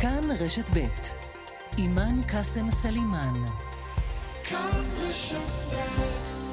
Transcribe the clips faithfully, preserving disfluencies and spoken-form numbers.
כאן רשת ב' אימן קסם סלימן. כאן רשת ב'.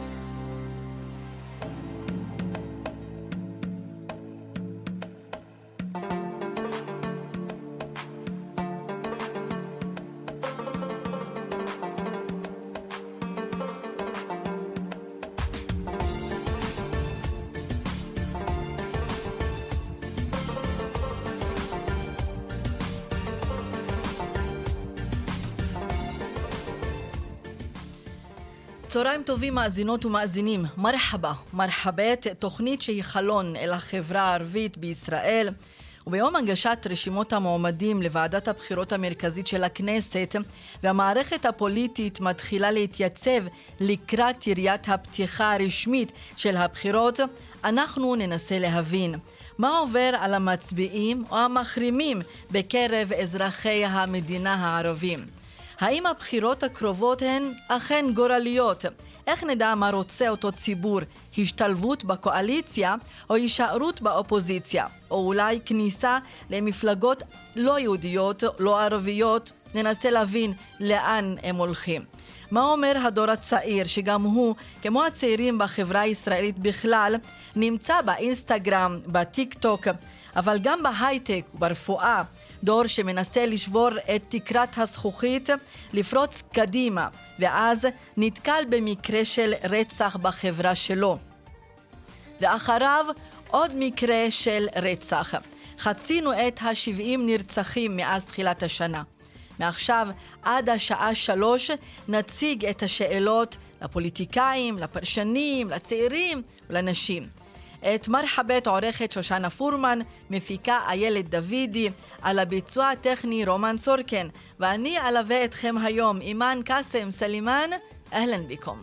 צהריים טובים מאזינות ומאזינים, מרחבה, מרחבת, תוכנית שהיא חלון אל החברה הערבית בישראל, וביום הגשת רשימות המועמדים לוועדת הבחירות המרכזית של הכנסת, והמערכת הפוליטית מתחילה להתייצב לקראת יריית הפתיחה הרשמית של הבחירות, אנחנו ננסה להבין מה עובר על המצביעים או המחרימים בקרב אזרחי המדינה הערבים. האם הבחירות הקרובות הן אכן גורליות? איך נדע מה רוצה אותו ציבור? השתלבות בקואליציה או הישארות באופוזיציה? או אולי כניסה למפלגות לא יהודיות, לא ערביות? ננסה להבין לאן הם הולכים. מה אומר הדור הצעיר שגם הוא, כמו הצעירים בחברה הישראלית בכלל, נמצא באינסטגרם, בטיק טוק, אבל גם בהייטק וברפואה, דור שמנסה לשבור את תקרת הזכוכית, לפרוץ קדימה, ואז נתקל במקרה של רצח בחברה שלו. ואחריו עוד מקרה של רצח. חצינו את ה-שבעים נרצחים מאז תחילת השנה. מעכשיו עד השעה שלוש נציג את השאלות לפוליטיקאים, לפרשנים, לצעירים ולנשים. את מרחבת עורכת שושנה פורמן, מפיקה איילת דוידי, על הביצוע הטכני רומן סורקן, ואני אלווה אתכם היום, אימן קסם סלימן. אהלן ביקום.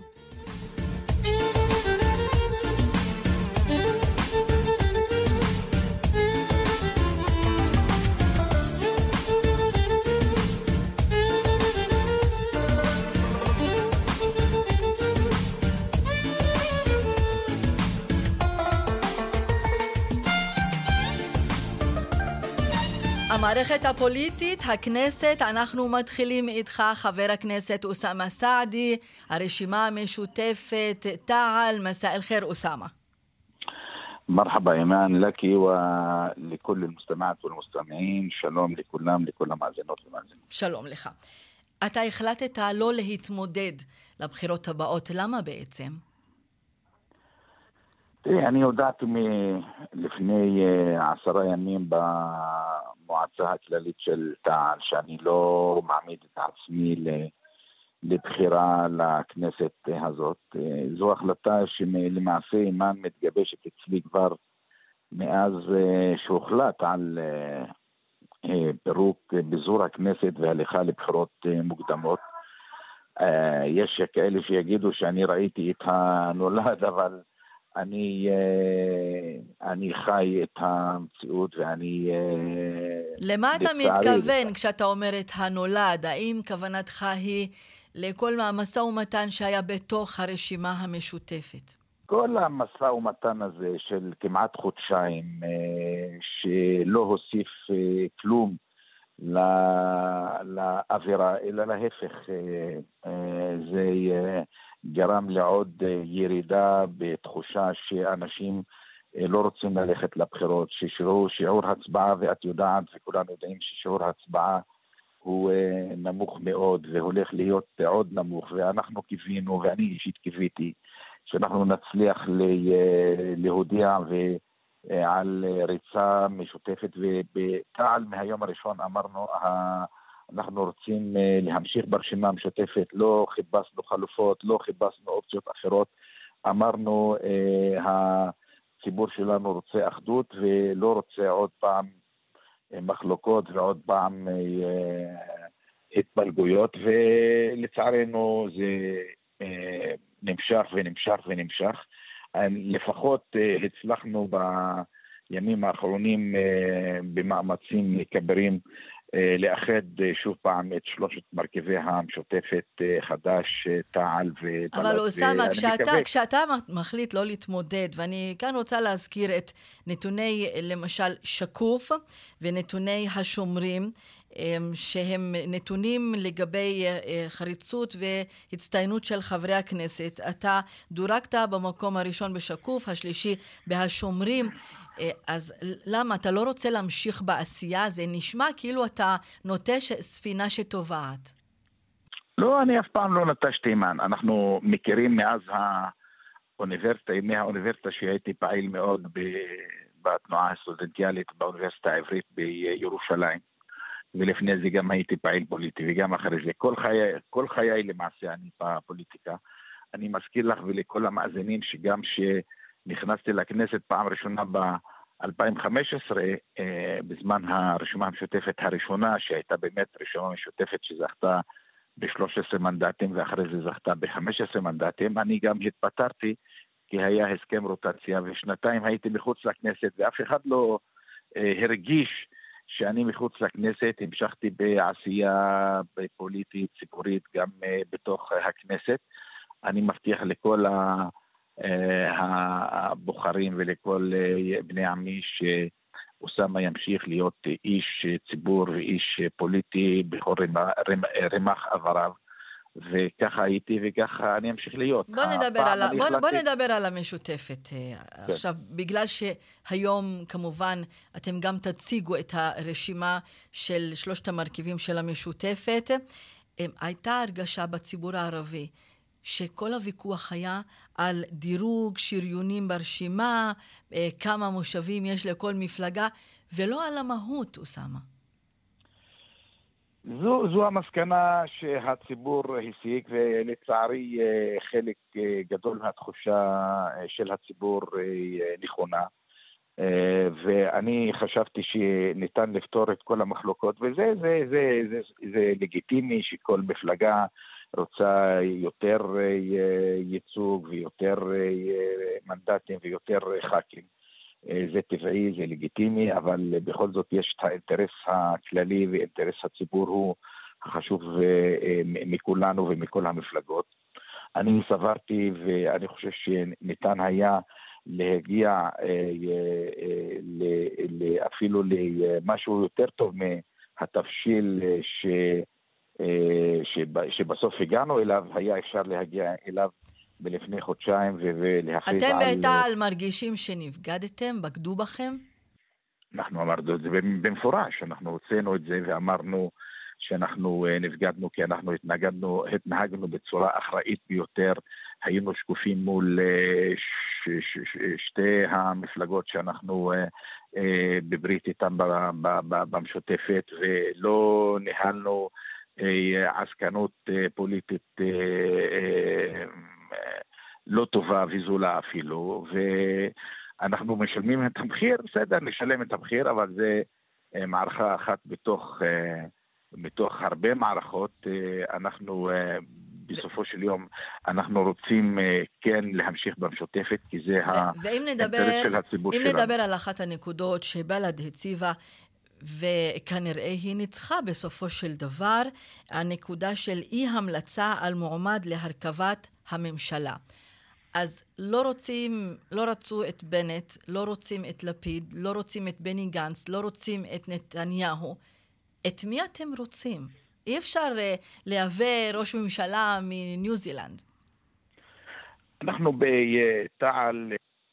המערכת הפוליטית, הכנסת, אנחנו מתחילים איתך, חבר הכנסת אוסאמה סעדי, הרשימה המשותפת, תע"ל. מסע אל-חיר אוסאמה. مرحبا إيمان لك ولكل المستمعات والمستمعين. שלום לכולם, לכל המאזינות ומאזינים. שלום לך. אתה החלטת לא להתמודד לבחירות הבאות, למה בעצם? תראי, אני הודעתי לפני עשרה ימים במועצה הכללית של תע"ל שאני לא מעמיד את עצמי לבחירה לכנסת הזאת. זו החלטה שלמעשה אימן מתגבשת אצלי כבר מאז שהוחלט על פירוק ביזור הכנסת והליכה לבחירות מוקדמות. יש כאלה שיגידו שאני ראיתי את הנולד, אבל אני אני חי את המציאות ואני למה אתה מתכוון כשאתה אומר את הנולד? האם כוונתך היא לכל המשא ומתן שהיה בתוך הרשימה המשותפת? כל המשא ומתן הזה של כמעט חודשיים שלא הוסיף כלום לאווירה, אלא להפך, זה גרם לעוד ירידה בתחושה שאנשים לא רוצים ללכת לבחירות, ששיעור שיעור הצבעה, ואת יודעת וכולנו יודעים ששיעור הצבעה הוא נמוך מאוד והולך להיות עוד נמוך, ואנחנו קיווינו, ואני אישית קיוויתי, שאנחנו נצליח להודיע על ריצה משותפת, ובתע"ל מהיום הראשון אמרנו אנחנו רוצים להמשיך ברשימה המשותפת, לא חיפשנו חלופות, לא חיפשנו אופציות אחרות. אמרנו הציבור שלנו רוצה אחדות ולא רוצה עוד פעם מחלוקות ועוד פעם התפלגויות, ולצערנו זה נמשך ונמשך ונמשך. לפחות הצלחנו בימים האחרונים במאמצים כבירים לאחד שוב פעם את שלושת מרכיבי המשותפת, חד"ש, תע"ל ובל"ד. אבל אוסאמה, כשאתה, כשאתה מחליט לא להתמודד, ואני כאן רוצה להזכיר את נתוני למשל שקוף ונתוני השומרים, שהם נתונים לגבי חריצות והצטיינות של חברי הכנסת. אתה דורגת במקום הראשון בשקוף, השלישי בהשומרים. אז למה? אתה לא רוצה להמשיך בעשייה? זה נשמע כאילו אתה נוטש ספינה שטובעת. לא, אני אף פעם לא נטשתי אימן. אנחנו מכירים מאז האוניברסיטה, ימי האוניברסיטה שהייתי פעיל מאוד בתנועה הסטודנטיאלית באוניברסיטה העברית בירושלים. ולפני זה גם הייתי פעיל פוליטי, וגם אחרי זה. כל חיי, כל חיי למעשה אני בפוליטיקה. אני מזכיר לך ולכל המאזינים שגם שנכנסתי לכנסת פעם ראשונה ב-אלפיים וחמש עשרה, בזמן הרשימה המשותפת הראשונה, שהייתה באמת רשימה משותפת שזכתה ב-שלושה עשר מנדטים, ואחרי זה זכתה ב-חמישה עשר מנדטים. אני גם התפטרתי, כי היה הסכם רוטציה, ושנתיים הייתי מחוץ לכנסת, ואף אחד לא הרגיש שאני מחוץ לכנסת. המשכתי בעשייה פוליטית, ציבורית, גם בתוך הכנסת. אני מבטיח לכל הבוחרים ולכל בני עמי שאוסאמה ימשיך להיות איש ציבור ואיש פוליטי בכל רמ"ח עבריו, וככה הייתי וככה אני אמשיך להיות. בוא נדבר, על, בוא, בוא נדבר על המשותפת. כן. עכשיו, בגלל שהיום כמובן אתם גם תציגו את הרשימה של שלושת המרכיבים של המשותפת, הייתה הרגשה בציבור הערבי שכל הוויכוח היה על דירוג, שריונים ברשימה, כמה מושבים יש לכל מפלגה, ולא על המהות, אוסאמה. זו, זו המסקנה שהציבור הסיק, ולצערי חלק גדול מהתחושה של הציבור נכונה. ואני חשבתי שניתן לפתור את כל המחלוקות, וזה זה, זה, זה, זה לגיטימי שכל מפלגה רוצה יותר ייצוג ויותר מנדטים ויותר ח"כים. זה טבעי, זה לגיטימי, אבל בכל זאת יש את האינטרס הכללי, ואינטרס הציבור הוא חשוב מכולנו ומכל המפלגות. אני סברתי ואני חושב שניתן היה להגיע אפילו למשהו יותר טוב מהתבשיל ש... שבסוף הגענו אליו, היה אפשר להגיע אליו בלפני חודשיים ולהכריז על... אתם בעתל מרגישים שנבגדתם, בגדו בכם? אנחנו אמרנו את זה במפורש, אנחנו הוצאנו את זה ואמרנו שאנחנו נבגדנו כי אנחנו התנגדנו, התנהגנו בצורה אחראית ביותר, היינו שקופים מול ש, ש, ש, שתי המפלגות שאנחנו בברית איתם במשותפת, ולא ניהלנו עסקנות פוליטית לא טובה וזולה אפילו, ואנחנו משלמים את המחיר, בסדר, נשלם את המחיר, אבל זה מערכה אחת בתוך, בתוך הרבה מערכות. אנחנו בסופו של יום, אנחנו רוצים כן להמשיך במשותפת, כי זה האינטרס של הציבור שלנו. אם נדבר על אחת הנקודות שבל"ד הציבה, וכנראה היא ניצחה בסופו של דבר, הנקודה של אי המלצה על מועמד להרכבת הממשלה. אז לא רוצים, לא רצו את בנט, לא רוצים את לפיד, לא רוצים את בני גנץ, לא רוצים את נתניהו. את מי אתם רוצים? אי אפשר uh, להווה ראש ממשלה מניו זילנד. אנחנו בתע"ל...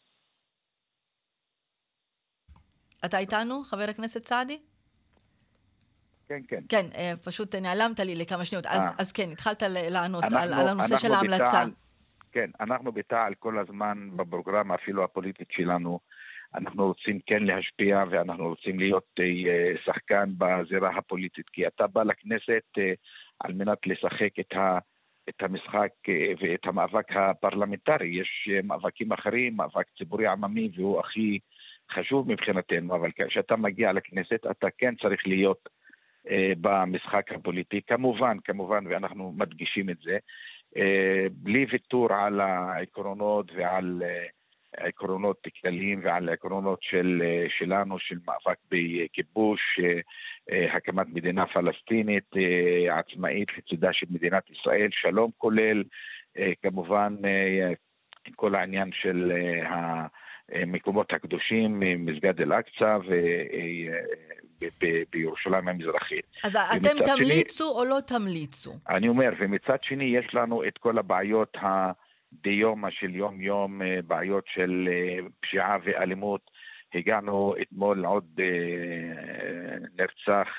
אתה איתנו, חבר הכנסת סעדי? כן, כן. כן, פשוט נעלמת לי לכמה שניות. אז, אז כן, התחלת לענות אנחנו, על, על הנושא של ההמלצה. בתעל, כן, אנחנו בתע"ל כל הזמן בפרוגרמה, אפילו הפוליטית שלנו, אנחנו רוצים כן להשפיע, ואנחנו רוצים להיות שחקן בזירה הפוליטית, כי אתה בא לכנסת על מנת לשחק את ה... את המשחק ואת המאבק הפרלמנטרי. יש מאבקים אחרים, מאבק ציבורי עממי, והוא הכי חשוב מבחינתנו, אבל כשאתה מגיע לכנסת, אתה כן צריך להיות אה, במשחק הפוליטי, כמובן, כמובן, ואנחנו מדגישים את זה, אה, בלי ויתור על העקרונות ועל עקרונות כלליים ועל עקרונות של, שלנו, של מאבק בכיבוש, הקמת מדינה פלסטינית עצמאית לצידה של מדינת ישראל, שלום כולל, כמובן כל העניין של המקומות הקדושים, מסגד אל-אקצא בירושלים המזרחית. אז אתם תמליצו או לא תמליצו? אני אומר, ומצד שני יש לנו את כל הבעיות הדיומה של יום יום, בעיות של פשיעה ואלימות. הגענו אתמול עוד נרצח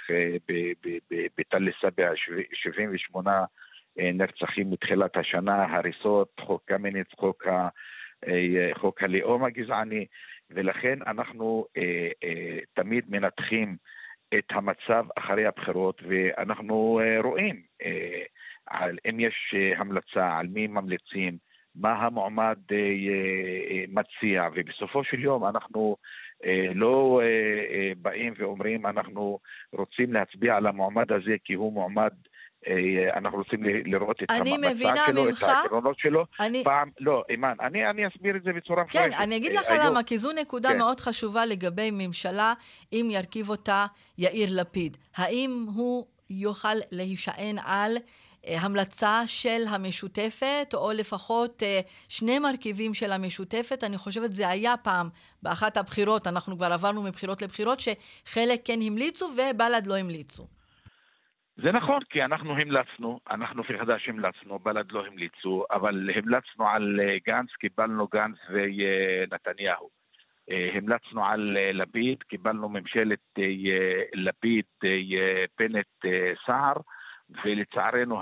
בתל שבע, שבעים ושמונה נרצחים מתחילת השנה, הריסות, חוק קמיניץ, חוק, ה, חוק הלאום הגזעני, ולכן אנחנו אה, אה, תמיד מנתחים את המצב אחרי הבחירות, ואנחנו אה, רואים אה, על, אם יש אה, המלצה, על מי ממליצים, מה המועמד אה, אה, מציע, ובסופו של יום אנחנו אה, לא אה, אה, באים ואומרים אנחנו רוצים להצביע על המועמד הזה כי הוא מועמד, אנחנו רוצים לראות את המצע שלו, ממך, את העקרונות שלו. אני... פעם, לא, אימן, אני, אני אסביר את זה בצורה כן, מפרשת. אני אגיד לך היום... למה, כי זו נקודה כן. מאוד חשובה לגבי ממשלה, אם ירכיב אותה יאיר לפיד. האם הוא יוכל להישען על המלצה של המשותפת, או לפחות שני מרכיבים של המשותפת? אני חושבת זה היה פעם, באחת הבחירות, אנחנו כבר עברנו מבחירות לבחירות, שחלק כן המליצו ובל"ד לא המליצו. זה נכון, כי אנחנו המלצנו, אנחנו في חד"ש המלצנו, בל"ד לא המליצו, אבל המלצנו על גנץ, קיבלנו גנץ ונתניהו. המלצנו על לפיד, קיבלנו ממשלת לפיד, בנט, סער, ולצערנו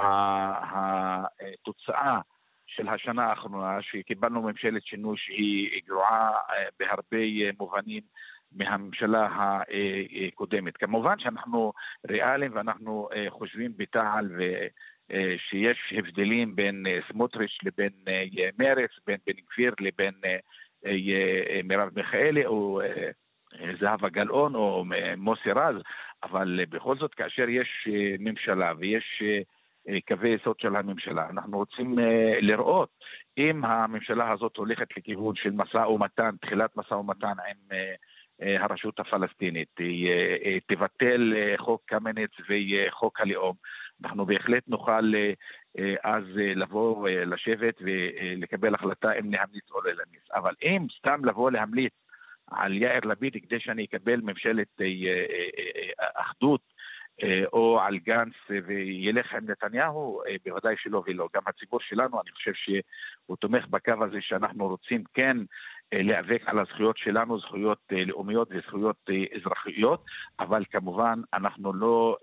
התוצאה של השנה האחרונה, שקיבלנו ממשלת שינוי שהיא גרועה בהרבה מובנים, מהממשלה הקודמת. כמובן שאנחנו ריאליים ואנחנו חושבים בתעל ושיש הבדלים בין סמוטריץ' לבין מרץ, בין בן גביר לבין מרב מיכאלי או זהבה גלאון או מוסי רז, אבל בכל זאת כאשר יש ממשלה ויש קווי יסוד של הממשלה, אנחנו רוצים לראות אם הממשלה הזאת הולכת לכיוון של משא ומתן, תחילת משא ומתן עם הרשות הפלסטינית, תבטל חוק קמיניץ וחוק הלאום, אנחנו בהחלט נוכל אז לבוא לשבת ולקבל החלטה אם להמליץ או לא להמליץ. אבל אם סתם לבוא להמליץ על יאיר לפיד כדי שאני אקבל ממשלת אחדות, או על גנץ וילך עם נתניהו, בוודאי שלא ולא. גם הציבור שלנו, אני חושב שהוא תומך בקו הזה שאנחנו רוצים כן להיאבק על הזכויות שלנו, זכויות לאומיות וזכויות אזרחיות, אבל כמובן אנחנו לא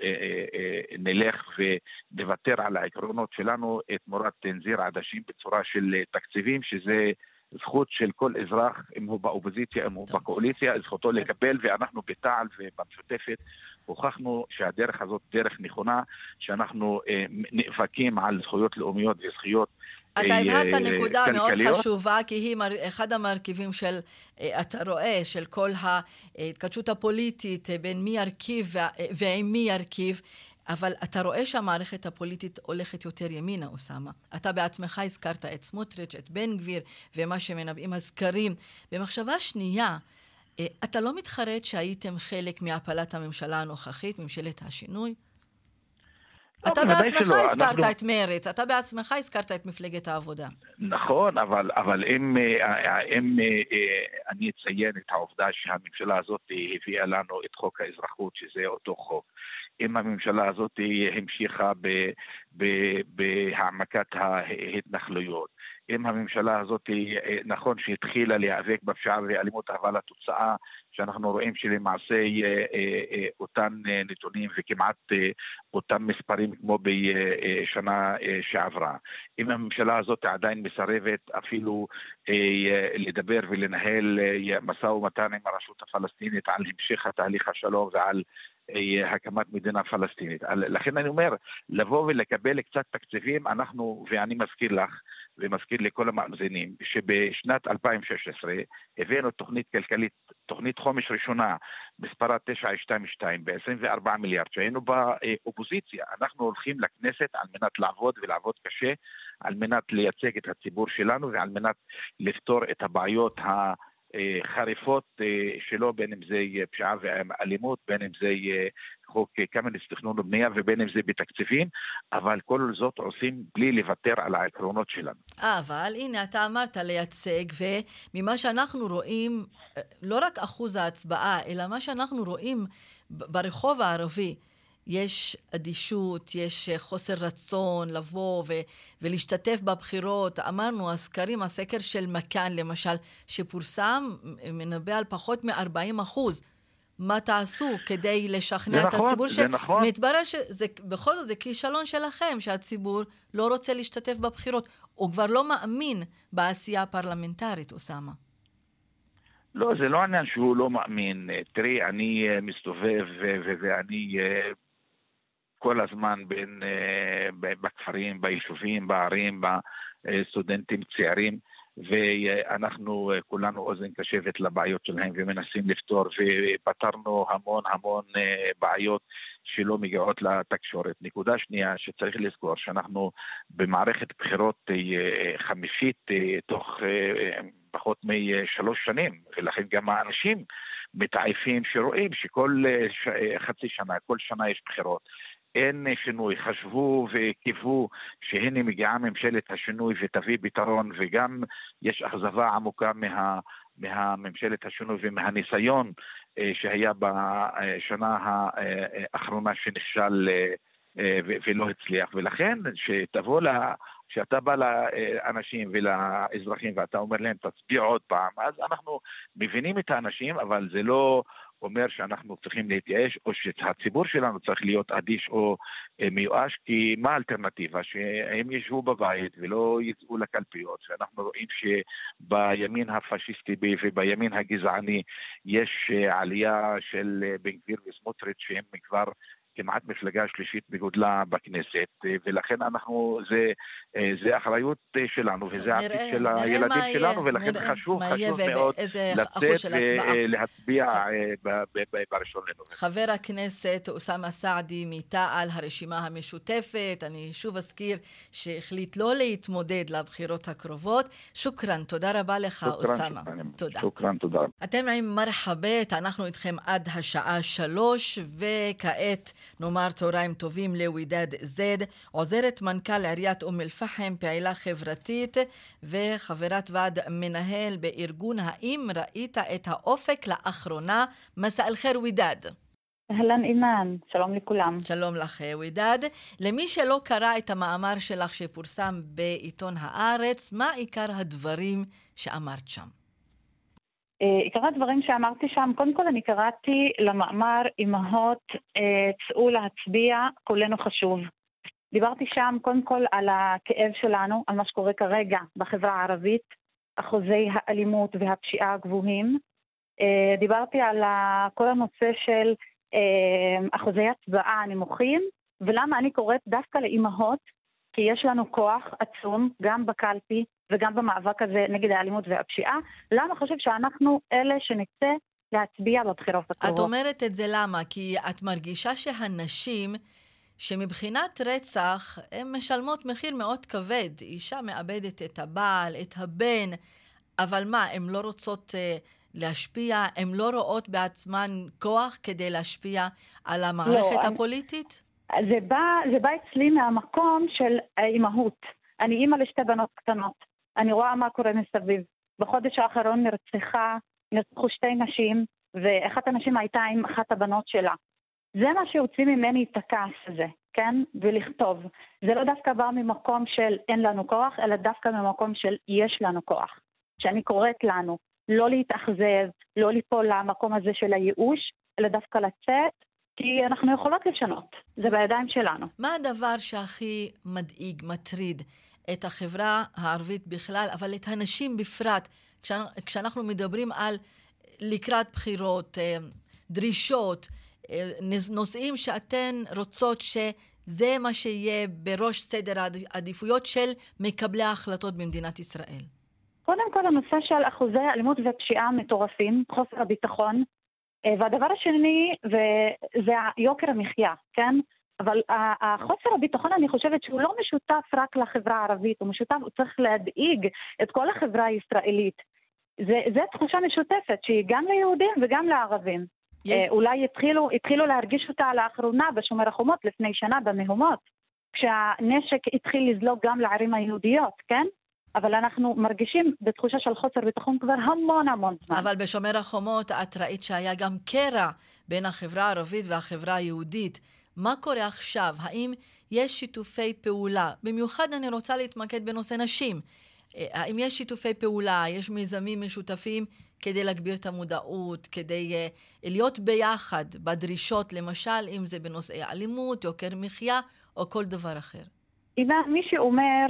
נלך ונוותר על העקרונות שלנו את תמורת תנזיר עדשים בצורה של תקציבים, שזה זכות של כל אזרח, אם הוא באופוזיציה, אם הוא בקואליציה, זכותו לקבל, ואנחנו בתעל ובמשותפת הוכחנו שהדרך הזאת דרך נכונה, שאנחנו אה, נאבקים על זכויות לאומיות וזכויות אתה הבהרת אה, נקודה כלכליות. מאוד חשובה, כי היא מר, אחד המרכיבים של, אה, אתה רואה, של כל ההתקדשות הפוליטית, בין מי ירכיב ועם מי ירכיב, אבל אתה רואה שהמערכת הפוליטית הולכת יותר ימינה, אוסמה. אתה בעצמך הזכרת את סמוטריץ', את בן גביר, ומה שמנבאים הזכרים. במחשבה שנייה, אתה לא מתחרט שהייתם חלק מהפלת הממשלה הנוכחית, ממשלת השינוי? אתה בעצמך הזכרת את מרץ, אתה בעצמך הזכרת את מפלגת העבודה. נכון, אבל, אבל אם, אם אני אציין את העובדה שהממשלה הזאת הביאה לנו את חוק האזרחות, שזה אותו חוק, אם הממשלה הזאת המשיכה בהעמקת ההתנחלויות, אם הממשלה הזאת נכון שהתחילה להיאבק בפשיעה ואלימות, אבל התוצאה שאנחנו רואים שלמעשה אותן נתונים וכמעט אותם מספרים כמו בשנה שעברה. אם הממשלה הזאת עדיין מסרבת אפילו לדבר ולנהל משא ומתן עם הרשות הפלסטינית על המשך התהליך השלום ועל הקמת מדינה פלסטינית. לכן אני אומר, לבוא ולקבל קצת תקציבים, אנחנו, ואני מזכיר לך, ומזכיר לכל המאזינים, שבשנת אלפיים ושש עשרה הבאנו תוכנית כלכלית, תוכנית חומש ראשונה, מספרה תשע שתיים שתיים, ב-עשרים וארבעה מיליארד, שהיינו באופוזיציה. אנחנו הולכים לכנסת על מנת לעבוד ולעבוד קשה, על מנת לייצג את הציבור שלנו, ועל מנת לפתור את הבעיות ה... חריפות שלו, בין אם זה פשיעה ואלימות, בין אם זה חוק קמיניץ תכנון ובנייה, ובין אם זה בתקציבים, אבל כל זאת עושים בלי לוותר על העקרונות שלנו. אבל הנה אתה אמרת לייצג, וממה שאנחנו רואים, לא רק אחוז ההצבעה, אלא מה שאנחנו רואים ברחוב הערבי, יש אדישות, יש חוסר רצון לבוא ו- ולהשתתף בבחירות. אמרנו, הסקרים, הסקר של מכאן למשל, שפורסם, מנבא על פחות מ-ארבעים אחוז. מה תעשו כדי לשכנע את נכון, הציבור? זה נכון. מתברר שבכל זאת זה כישלון שלכם, שהציבור לא רוצה להשתתף בבחירות. הוא כבר לא מאמין בעשייה הפרלמנטרית, אוסמה. לא, זה לא עניין שהוא לא מאמין. תראי, אני מסתובב ואני... כל הזמן בין, בכפרים, ביישובים, בערים, בסטודנטים צעירים, ואנחנו כולנו אוזן קשבת לבעיות שלהם ומנסים לפתור, ופתרנו המון המון בעיות שלא מגיעות לתקשורת. נקודה שנייה שצריך לזכור, שאנחנו במערכת בחירות חמישית תוך פחות משלוש שנים, ולכן גם האנשים מתעייפים שרואים שכל חצי שנה, כל שנה יש בחירות. אין שינוי, חשבו וקיוו שהנה מגיעה ממשלת השינוי ותביא פתרון, וגם יש אכזבה עמוקה מה, מהממשלת השינוי ומהניסיון שהיה בשנה האחרונה שנכשל ולא הצליח. ולכן שתבוא לה, שאתה בא לאנשים ולאזרחים ואתה אומר להם תצביע עוד פעם, אז אנחנו מבינים את האנשים, אבל זה לא אומר שאנחנו צריכים להתייאש, או שהציבור שלנו צריך להיות אדיש או מיואש, כי מה האלטרנטיבה? שהם ישבו בבית ולא יצאו לקלפיות, ואנחנו רואים שבימין הפשיסטי ובימין הגזעני יש עלייה של בן גביר וסמוטריץ' שהם כבר כמעט מפלגה שלישית בגודלה בכנסת, ולכן אנחנו, זה, זה אחריות שלנו, וזה העתיד של הילדים שלנו, ולכן חשוב, חשוב מאוד לצאת ולהצביע בראשון לנובמבר. חבר הכנסת אוסמה סעדי מתע"ל, הרשימה המשותפת, אני שוב אזכיר שהחליט לא להתמודד לבחירות הקרובות. שוקרן, תודה רבה לך אוסמה. תודה. שוקרן, תודה. אתם עם מרחבת, אנחנו איתכם עד השעה שלוש, וכעת נאמר צהריים טובים לוידד זד, עוזרת מנכ"ל עיריית אום אל-פחם, פעילה חברתית וחברת ועד מנהל בארגון האם ראית את האופק לאחרונה. מסע אל-חיר וידד. אהלן אימן, שלום לכולם. שלום לך וידד. למי שלא קרא את המאמר שלך שפורסם בעיתון הארץ, מה עיקר הדברים שאמרת שם? עיקר הדברים שאמרתי שם, קודם כל אני קראתי למאמר אמהות צאו להצביע, קולנו חשוב. דיברתי שם קודם כל על הכאב שלנו, על מה שקורה כרגע בחברה הערבית, אחוזי האלימות והפשיעה הגבוהים. דיברתי על כל הנושא של אחוזי הצבעה נמוכים, ולמה אני קוראת דווקא לאמהות, כי יש לנו כוח עצום גם בקלפי וגם במאבק הזה נגד האלימות והפשיעה. למה חושב שאנחנו אלה שנצא להצביע בבחירות הקרובות? את אומרת את זה למה? כי את מרגישה שהנשים שמבחינת רצח הן משלמות מחיר מאוד כבד. אישה מאבדת את הבעל, את הבן, אבל מה, הן לא רוצות להשפיע? הן לא רואות בעצמן כוח כדי להשפיע על המערכת לא, הפוליטית? זה בא, זה בא אצלי מהמקום של האימהות. אני אימא לשתי בנות קטנות. אני רואה מה קורה מסביב. בחודש האחרון נרצחה, נרצחו שתי נשים, ואחת הנשים הייתה עם אחת הבנות שלה. זה מה שהוציא ממני את הכעס הזה, כן? ולכתוב. זה לא דווקא בא ממקום של אין לנו כוח, אלא דווקא ממקום של יש לנו כוח. שאני קוראת לנו לא להתאכזב, לא ליפול למקום הזה של הייאוש, אלא דווקא לצאת, כי אנחנו יכולות לשנות. זה בידיים שלנו. מה הדבר שהכי מדאיג, מטריד את החברה הערבית בכלל, אבל את הנשים בפרט, כשאנחנו מדברים על לקראת בחירות, דרישות, נושאים שאתן רוצות זה מה שיהיה בראש סדר העדיפויות של מקבלי ההחלטות במדינת ישראל? קודם כל הנושא של אחוזי האלימות ופשיעה מטורפים, חוסר הביטחון, והדבר השני זה יוקר המחיה, כן? אבל החוסר הביטחון אני חושבת שהוא לא משותף רק לחברה הערבית, הוא משותף, הוא צריך להדאיג את כל החברה הישראלית. זה, זה תחושה משותפת שהיא גם ליהודים וגם לערבים. יש... אולי התחילו, התחילו להרגיש אותה לאחרונה בשומר החומות לפני שנה במהומות, כשהנשק התחיל לזלוג גם לערים היהודיות, כן? אבל אנחנו מרגישים בתחושה של חוסר ביטחון כבר המון המון זמן. אבל בשומר החומות את ראית שהיה גם קרע בין החברה הערבית והחברה היהודית. מה קורה עכשיו? האם יש שיתופי פעולה? במיוחד אני רוצה להתמקד בנושא נשים. האם יש שיתופי פעולה? יש מיזמים משותפים כדי להגביר את המודעות, כדי uh, להיות ביחד בדרישות, למשל, אם זה בנושאי אלימות, יוקר מחיה או כל דבר אחר? איבה, מי שאומר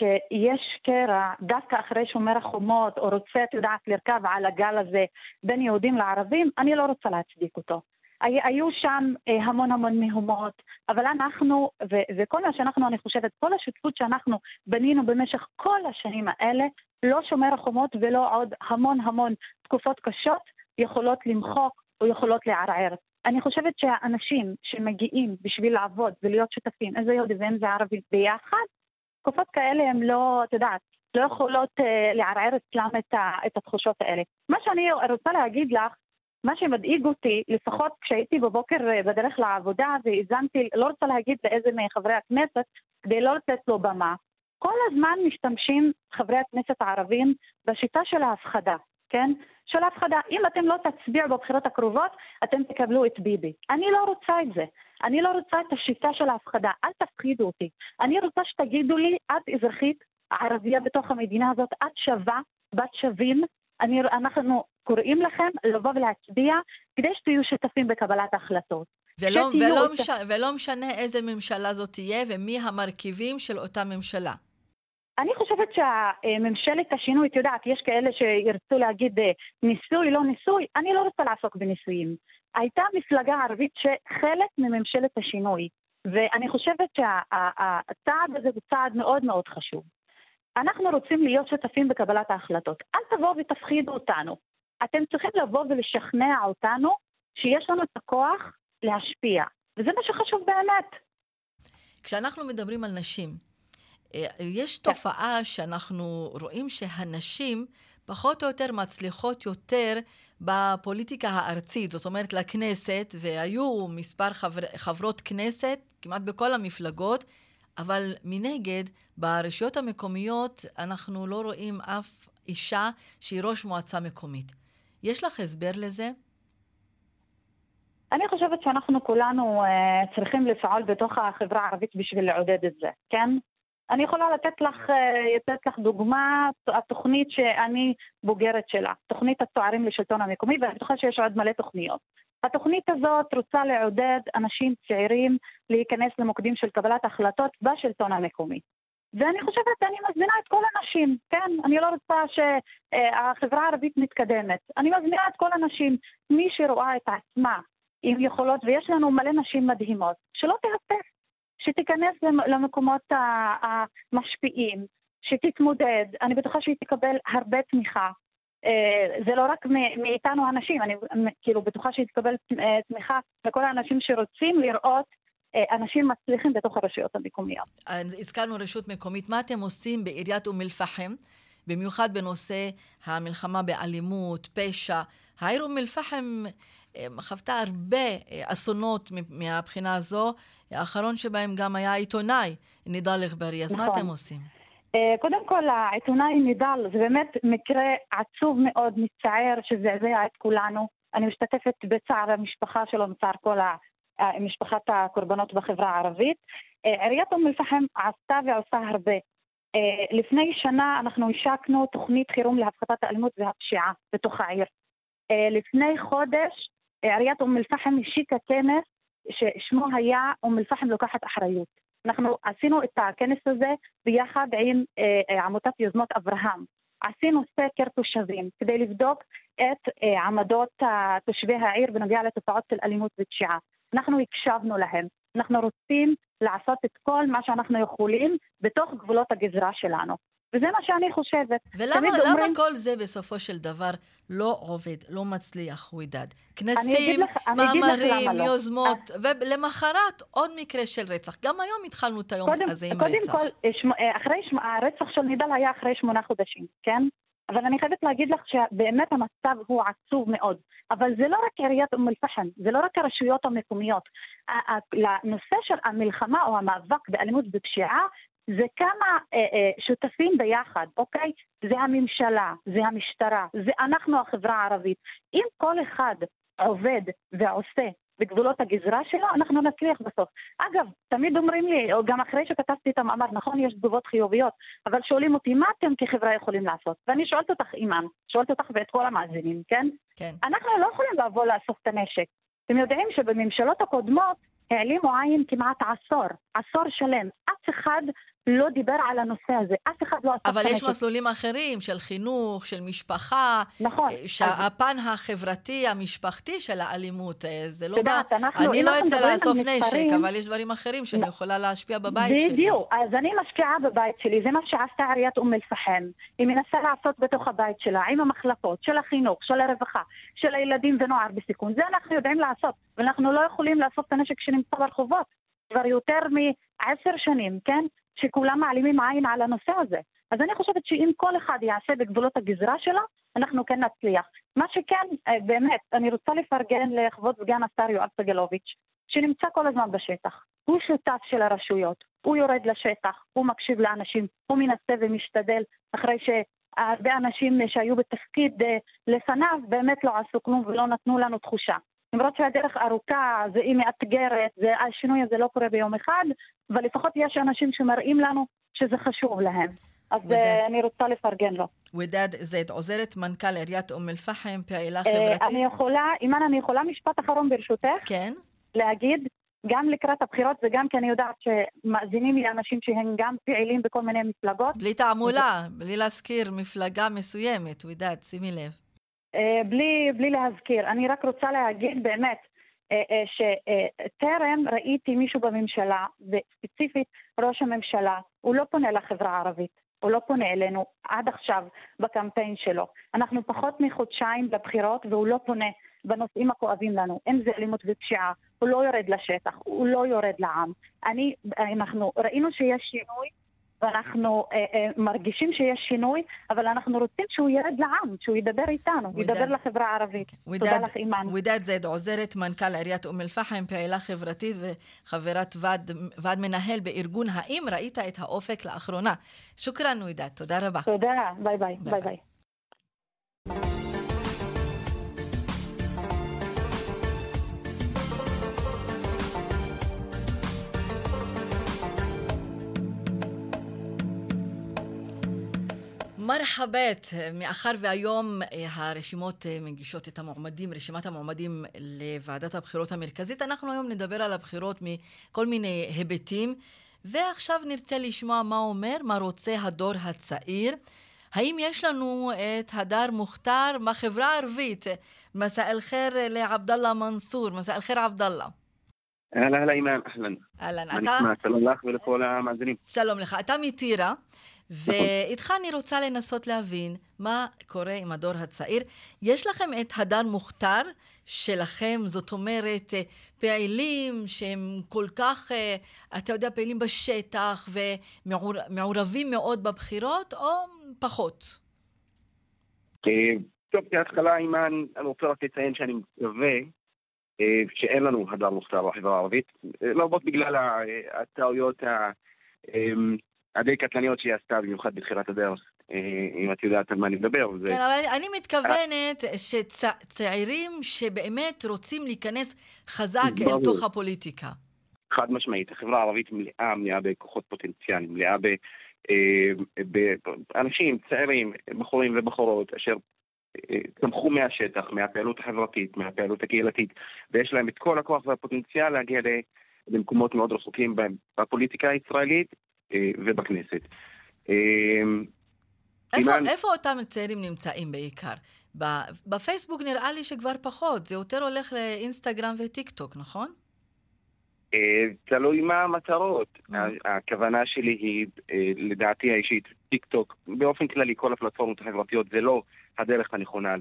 שיש קרע דווקא אחרי שומר החומות, או רוצה, תדעת, לרכב על הגל הזה בין יהודים לערבים, אני לא רוצה להצדיק אותו. היו שם המון המון מהומות, אבל אנחנו, ו- וכל מה שאנחנו, אני חושבת, כל השותפות שאנחנו בנינו במשך כל השנים האלה, לא שומר החומות ולא עוד המון המון תקופות קשות, יכולות למחוק או יכולות לערער. אני חושבת שהאנשים שמגיעים בשביל לעבוד ולהיות שותפים, איזה יהודי ואם זה ערבי ביחד, תקופות כאלה הם לא, תדעת, לא יכולות uh, לערער אצלם את, ה- את התחושות האלה. מה שאני רוצה להגיד לך, מה שמדאיג אותי, לפחות כשהייתי בבוקר בדרך לעבודה והזנתי, לא רוצה להגיד לאיזה מחברי הכנסת, כדי לא לתת לו במה. כל הזמן משתמשים חברי הכנסת הערבים בשיטה של ההפחדה, כן? של ההפחדה, אם אתם לא תצביעו בבחירות הקרובות, אתם תקבלו את ביבי. אני לא רוצה את זה. אני לא רוצה את השיטה של ההפחדה. אל תפחידו אותי. אני רוצה שתגידו לי, את אזרחית ערבייה בתוך המדינה הזאת, את שווה, בת שווים, אני, אנחנו קוראים לכם לבוא ולהצביע כדי שתהיו שותפים בקבלת ההחלטות. ולא, ולא, מש... ולא משנה איזה ממשלה זאת תהיה ומי המרכיבים של אותה ממשלה. אני חושבת שהממשלת השינוי, את יודעת, יש כאלה שירצו להגיד ניסוי, לא ניסוי, אני לא רוצה לעסוק בניסויים. הייתה מפלגה ערבית שחלק מממשלת השינוי, ואני חושבת שהצעד הזה הוא צעד מאוד מאוד חשוב. אנחנו רוצים להיות שותפים בקבלת ההחלטות. אל תבואו ותפחידו אותנו. אתם צריכים לבוא ולשכנע אותנו שיש לנו את הכוח להשפיע. וזה מה שחשוב באמת. כשאנחנו מדברים על נשים, יש תופעה שאנחנו רואים שהנשים פחות או יותר מצליחות יותר בפוליטיקה הארצית, זאת אומרת לכנסת, והיו מספר חבר, חברות כנסת כמעט בכל המפלגות, אבל מנגד, ברשויות המקומיות אנחנו לא רואים אף אישה שהיא ראש מועצה מקומית. יש לך הסבר לזה? אני חושבת שאנחנו כולנו uh, צריכים לפעול בתוך החברה הערבית בשביל לעודד את זה, כן? אני יכולה לתת לך, uh, לתת לך דוגמה, התוכנית שאני בוגרת שלה, תוכנית הצוערים לשלטון המקומי, ואני בטוחה שיש עוד מלא תוכניות. התוכנית הזאת רוצה לעודד אנשים צעירים להיכנס למוקדים של קבלת החלטות בשלטון המקומי. ואני חושבת, אני מזמינה את כל הנשים, כן? אני לא רוצה שהחברה הערבית מתקדמת. אני מזמינה את כל הנשים, מי שרואה את עצמה עם יכולות, ויש לנו מלא נשים מדהימות, שלא תהפך, שתיכנס למקומות המשפיעים, שתתמודד. אני בטוחה שהיא תקבל הרבה תמיכה. זה לא רק מאיתנו האנשים, אני כאילו בטוחה שהיא תקבל תמיכה לכל האנשים שרוצים לראות אנשים מצליחים בתוך הרשויות המקומיות. הזכרנו רשות מקומית, מה אתם עושים בעיריית אום אל-פחם, במיוחד בנושא המלחמה באלימות, פשע? העיר אום אל-פחם חוותה הרבה אסונות מהבחינה הזו, האחרון שבהם גם היה עיתונאי נידאל אגבאריה, אז מה אתם עושים? קודם כל, העיתונאי נידאל, זה באמת מקרה עצוב מאוד, מצער, שזעזע את כולנו. אני משתתפת בצער המשפחה שלו, מצער כל משפחת הקורבנות בחברה הערבית. עיריית אום אל-פחם עשתה ועושה הרבה. לפני שנה אנחנו השקנו תוכנית חירום להפחתת האלימות והפשיעה בתוך העיר. לפני חודש, עיריית אום אל-פחם השיקה כנס ששמו היה אום אל-פחם לוקחת אחריות. אנחנו עשינו את הכנס הזה ביחד עם אה, עמותת יוזמות אברהם. עשינו סקר תושבים כדי לבדוק את אה, עמדות אה, תושבי העיר בנוגע לתופעות של אלימות ופשיעה. אנחנו הקשבנו להם. אנחנו רוצים לעשות את כל מה שאנחנו יכולים בתוך גבולות הגזרה שלנו. וזה מה שאני חושבת. ולמה למה כל זה בסופו של דבר לא עובד, לא מצליח, ווידד? כנסים, מאמרים, יוזמות, ולמחרת עוד מקרה של רצח. גם היום התחלנו את היום הזה עם רצח. קודם כל, הרצח של נידאל היה אחרי שמונה חודשים, כן? אבל אני חייבת להגיד לך שבאמת המצב הוא עצוב מאוד. אבל זה לא רק עיריית אום אל-פחם, זה לא רק הרשויות המקומיות. לנושא של המלחמה או המאבק באלימות ופשיעה, זה כמה אה, אה, שותפים ביחד, אוקיי? זה הממשלה, זה המשטרה, זה אנחנו החברה הערבית. אם כל אחד עובד ועושה בגבולות הגזרה שלו, אנחנו נצליח בסוף. אגב, תמיד אומרים לי, או גם אחרי שכתבתי את המאמר, נכון, יש תגובות חיוביות, אבל שואלים אותי, מה אתם כחברה יכולים לעשות? ואני שואלת אותך, אימן, שואלת אותך ואת כל המאזינים, כן? כן. אנחנו לא יכולים לבוא לאסוף את הנשק. אתם יודעים שבממשלות הקודמות, העלימו עין כמעט עשור, עשור שלם. אף אחד לא דיבר על הנושא הזה, אף אחד לא עשה... אבל יש מסלולים אחרים של חינוך, של משפחה, נכון. שהפן החברתי, המשפחתי של האלימות, זה לא בא... אנחנו, אני לא אצא לאסוף נשק, אבל יש דברים אחרים שאני יכולה להשפיע בבית שלי. בדיוק, אז אני משקיעה בבית שלי, זה מה שעשתה עיריית אום אל-פחם. היא מנסה לעשות בתוך הבית שלה, עם המחלקות של החינוך, של הרווחה, של הילדים ונוער בסיכון. זה אנחנו יודעים לעשות, ואנחנו לא יכולים לאסוף את הנשק שנמצא ברחובות. כבר יותר מעשר שנים, כן? שכולם מעלימים עין על הנושא הזה. אז אני חושבת שאם כל אחד יעשה בגבולות הגזרה שלו, אנחנו כן נצליח. מה שכן, באמת, אני רוצה לפרגן לכבוד סגן השר יואב סגלוביץ', שנמצא כל הזמן בשטח. הוא שותף של הרשויות, הוא יורד לשטח, הוא מקשיב לאנשים, הוא מנסה ומשתדל, אחרי שהרבה אנשים שהיו בתפקיד לפניו באמת לא עשו כלום ולא נתנו לנו תחושה. למרות שהדרך ארוכה, זה היא מאתגרת, זה, השינוי הזה לא קורה ביום אחד, אבל לפחות יש אנשים שמראים לנו שזה חשוב להם. אז ודד, אני רוצה לפרגן לו. ודד זייד, עוזרת מנכ"ל עיריית אום אל-פחם, פעילה חברתית. אני יכולה, אימן, אני יכולה משפט אחרון ברשותך? כן. להגיד, גם לקראת הבחירות וגם כי אני יודעת שמאזינים לי אנשים שהם גם פעילים בכל מיני מפלגות. בלי תעמולה, בלי להזכיר מפלגה מסוימת, ודד, שימי לב. בלי, בלי להזכיר, אני רק רוצה להגיד באמת שטרם ראיתי מישהו בממשלה, וספציפית ראש הממשלה, הוא לא פונה לחברה הערבית, הוא לא פונה אלינו עד עכשיו בקמפיין שלו. אנחנו פחות מחודשיים לבחירות והוא לא פונה בנושאים הכואבים לנו, אם זה אלימות ופשיעה, הוא לא יורד לשטח, הוא לא יורד לעם. אני, אנחנו ראינו שיש שינוי, ואנחנו אה, אה, מרגישים שיש שינוי, אבל אנחנו רוצים שהוא ירד לעם, שהוא ידבר איתנו, ודד, ידבר לחברה הערבית. ודד, תודה לך, אימן. ודד זייד, עוזרת מנכ"ל עיריית אום אל-פחם, פעילה חברתית וחברת ועד, ועד מנהל בארגון האם ראית את האופק לאחרונה. שוקרן ודד, תודה רבה. תודה, ביי ביי. ביי ביי. מרחבת, מאחר והיום הרשימות מגישות את המועמדים, רשימת המועמדים לוועדת הבחירות המרכזית, אנחנו היום נדבר על הבחירות מכל מיני היבטים, ועכשיו נרצה לשמוע מה אומר, מה רוצה הדור הצעיר. האם יש לנו את הדר מוכתר בחברה הערבית? מסע אל חיר לעבדאללה מנסור. מסע אל חיר עבדאללה. אהלן, אהלן אימן, אהלן. אהלן, אתה? שלום לך ולכל המאזינים. שלום לך, אתה מטירה. ואיתך אני רוצה לנסות להבין מה קורה עם הדור הצעיר. יש לכם את הדר מוכתר שלכם, זאת אומרת, פעילים שהם כל כך, אתה יודע, פעילים בשטח ומעורבים מאוד בבחירות, או פחות? טוב, כהתחלה, אימן, אני רוצה רק לציין שאני מקווה שאין לנו הדר מוכתר בחברה הערבית, לא רק בגלל הטעויות ה... הדי קטלניות שהיא עשתה במיוחד בתחילת הדרך, אם את יודעת על מה אני מדבר. כן, אבל אני מתכוונת שצעירים שבאמת רוצים להיכנס חזק אל תוך הפוליטיקה. חד משמעית, החברה הערבית מלאה, מלאה בכוחות פוטנציאליים, מלאה באנשים, צעירים, בחורים ובחורות, אשר צמחו מהשטח, מהפעילות החברתית, מהפעילות הקהילתית, ויש להם את כל הכוח והפוטנציאל להגיע למקומות מאוד רחוקים בפוליטיקה הישראלית, ובכנסת. איפה, איפה אותם צעירים נמצאים בעיקר? בפייסבוק נראה לי שכבר פחות, זה יותר הולך לאינסטגרם וטיק טוק, נכון? תלוי מה המטרות. הכוונה שלי היא, לדעתי האישית, טיק טוק, באופן כללי כל הפלטפורמות החברתיות זה לא הדרך הנכונה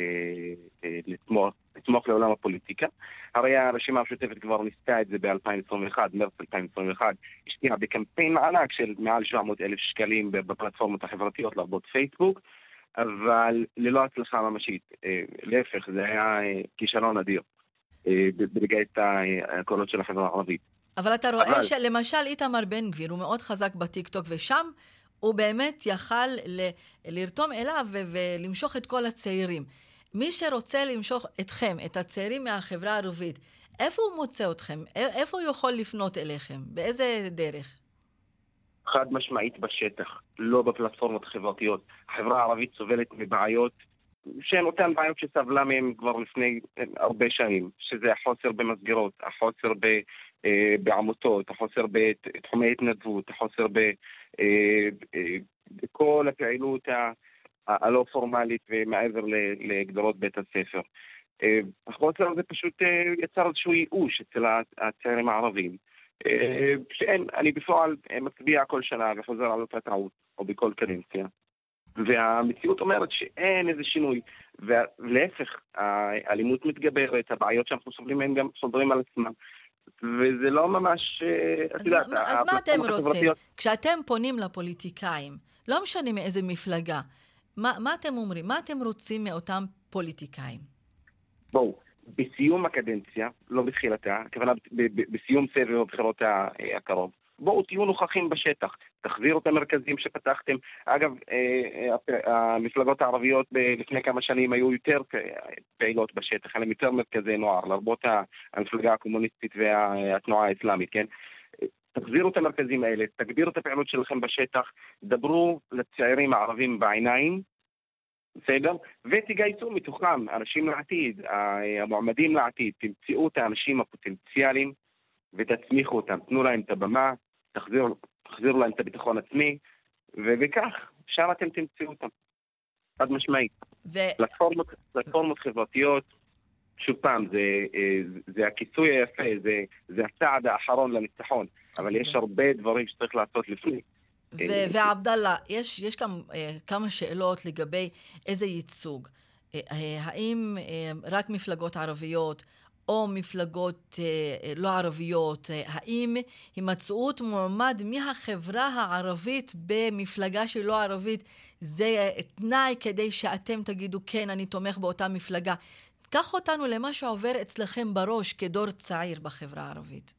לתמוך לעולם הפוליטיקה. הרי הרשימה המשותפת כבר ניסתה את זה ב-אלפיים עשרים ואחת, מרץ אלפיים עשרים ואחת, השקיעה בקמפיין ענק של מעל שבע מאות אלף שקלים בפלטפורמות החברתיות, לרבות פייסבוק, אבל ללא הצלחה ממשית. להפך, זה היה כישלון אדיר בלגייס את הקולות של החברה הערבית. אבל אתה רואה אבל... שלמשל איתמר בן גביר הוא מאוד חזק בטיקטוק, ושם הוא באמת יכל ל- לרתום אליו ו- ולמשוך את כל הצעירים. מי שרוצה למשוך אתכם, את הצעירים מהחברה הערבית, איפה הוא מוצא אתכם? איפה הוא יכול לפנות אליכם? באיזה דרך? חד משמעית בשטח, לא בפלטפורמות חברתיות. החברה הערבית סובלת מבעיות שהן אותן בעיות שסבלה מהם כבר לפני הרבה שנים, שזה החוסר במסגרות, החוסר ב, אה, בעמותות, החוסר בתחומי התנדבות, החוסר ב, אה, אה, בכל הפעילות ה, הלא פורמלית ומעבר לגדרות בית הספר. אה, החוסר הזה פשוט אה, יצר איזשהו ייאוש אצל הצעירים הערבים. אה, שאין, אני בפועל מצביע כל שנה וחוזר על אותה טעות, או בכל קדנציה. והמציאות אומרת שאין איזה שינוי, ולהפך, האלימות מתגברת, הבעיות שאנחנו סובלים מהן גם חוזרים על עצמם, וזה לא ממש... אז, יודעת, מה, אז מה אתם רוצים? כשאתם פונים לפוליטיקאים, לא משנה מאיזה מפלגה, מה, מה אתם אומרים? מה אתם רוצים מאותם פוליטיקאים? בואו, בסיום הקדנציה, לא בתחילתה, הכוונה בסיום סבב הבחירות הקרוב, בואו תהיו נוכחים בשטח, תחזירו את המרכזים שפתחתם. אגב, המפלגות הערביות לפני כמה שנים היו יותר פעילות בשטח, היו יותר מרכזי נוער, לרבות המפלגה הקומוניסטית והתנועה האסלאמית, כן? תחזירו את המרכזים האלה, תגבירו את הפעילות שלכם בשטח, דברו לצעירים הערבים בעיניים, בסדר? ותגייסו מתוכם אנשים לעתיד, המועמדים לעתיד, תמצאו את האנשים הפוטנציאליים ותצמיחו אותם, תנו להם את הבמה, תחזירו, תחזירו להם את הביטחון עצמי, ובכך, שם אתם תמצאו אותם. עד משמעית. ו... פלטפורמות, פלטפורמות חברתיות, שוב פעם, זה, זה הכיסוי היפה, זה, זה הצעד האחרון לניצחון, אבל יש הרבה דברים שצריך לעשות לפני. ו- ועבדאללה, יש, יש גם uh, כמה שאלות לגבי איזה ייצוג. Uh, uh, האם uh, רק מפלגות ערביות, או מפלגות אה, לא ערביות, אה, האם הימצאות מועמד מהחברה הערבית במפלגה שלא ערבית, זה אה, תנאי כדי שאתם תגידו, כן, אני תומך באותה מפלגה. קח אותנו למה שעובר אצלכם בראש כדור צעיר בחברה הערבית.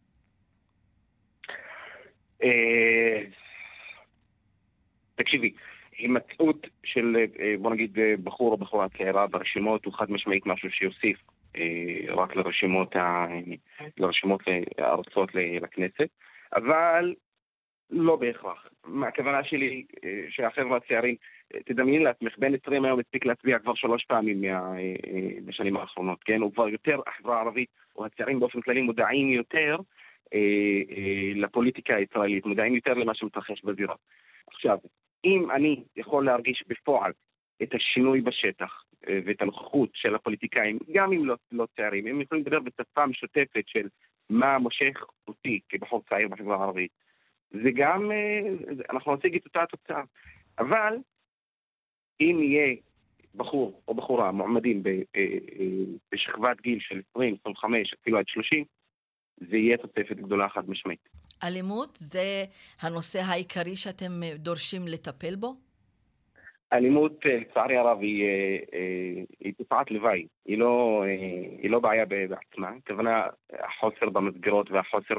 תקשיבי, הימצאות של, בוא נגיד, בחור או בחורה צעירה ברשימות הוא חד משמעית משהו שיוסיף רק לרשימות, ה... לרשימות הארצות לכנסת, אבל לא בהכרח. הכוונה שלי שהחבר'ה הצעירים, תדמיין לעצמך, בין עשרים היום הספיק להצביע כבר שלוש פעמים מה... בשנים האחרונות, כן? הוא כבר יותר, החברה הערבית או הצעירים באופן כללי מודעים יותר לפוליטיקה הישראלית, מודעים יותר למה שמתרחש בזירה. עכשיו, אם אני יכול להרגיש בפועל את השינוי בשטח ואת הנוכחות של הפוליטיקאים, גם אם לא, לא צעירים, הם יכולים לדבר בשפה משותפת של מה מושך אותי כבחור צעיר בחברה הערבית. זה גם, אנחנו נציג את אותה התוצאה. אבל אם יהיה בחור או בחורה מועמדים בשכבת גיל של עשרים, עשרים וחמש, אפילו עד שלושים, זה יהיה תוספת גדולה חד משמעית. אלימות זה הנושא העיקרי שאתם דורשים לטפל בו? אלימות, לצערי הרב, היא, היא תופעת לוואי, היא לא, היא לא בעיה בעצמה. הכוונה, החוסר במסגרות והחוסר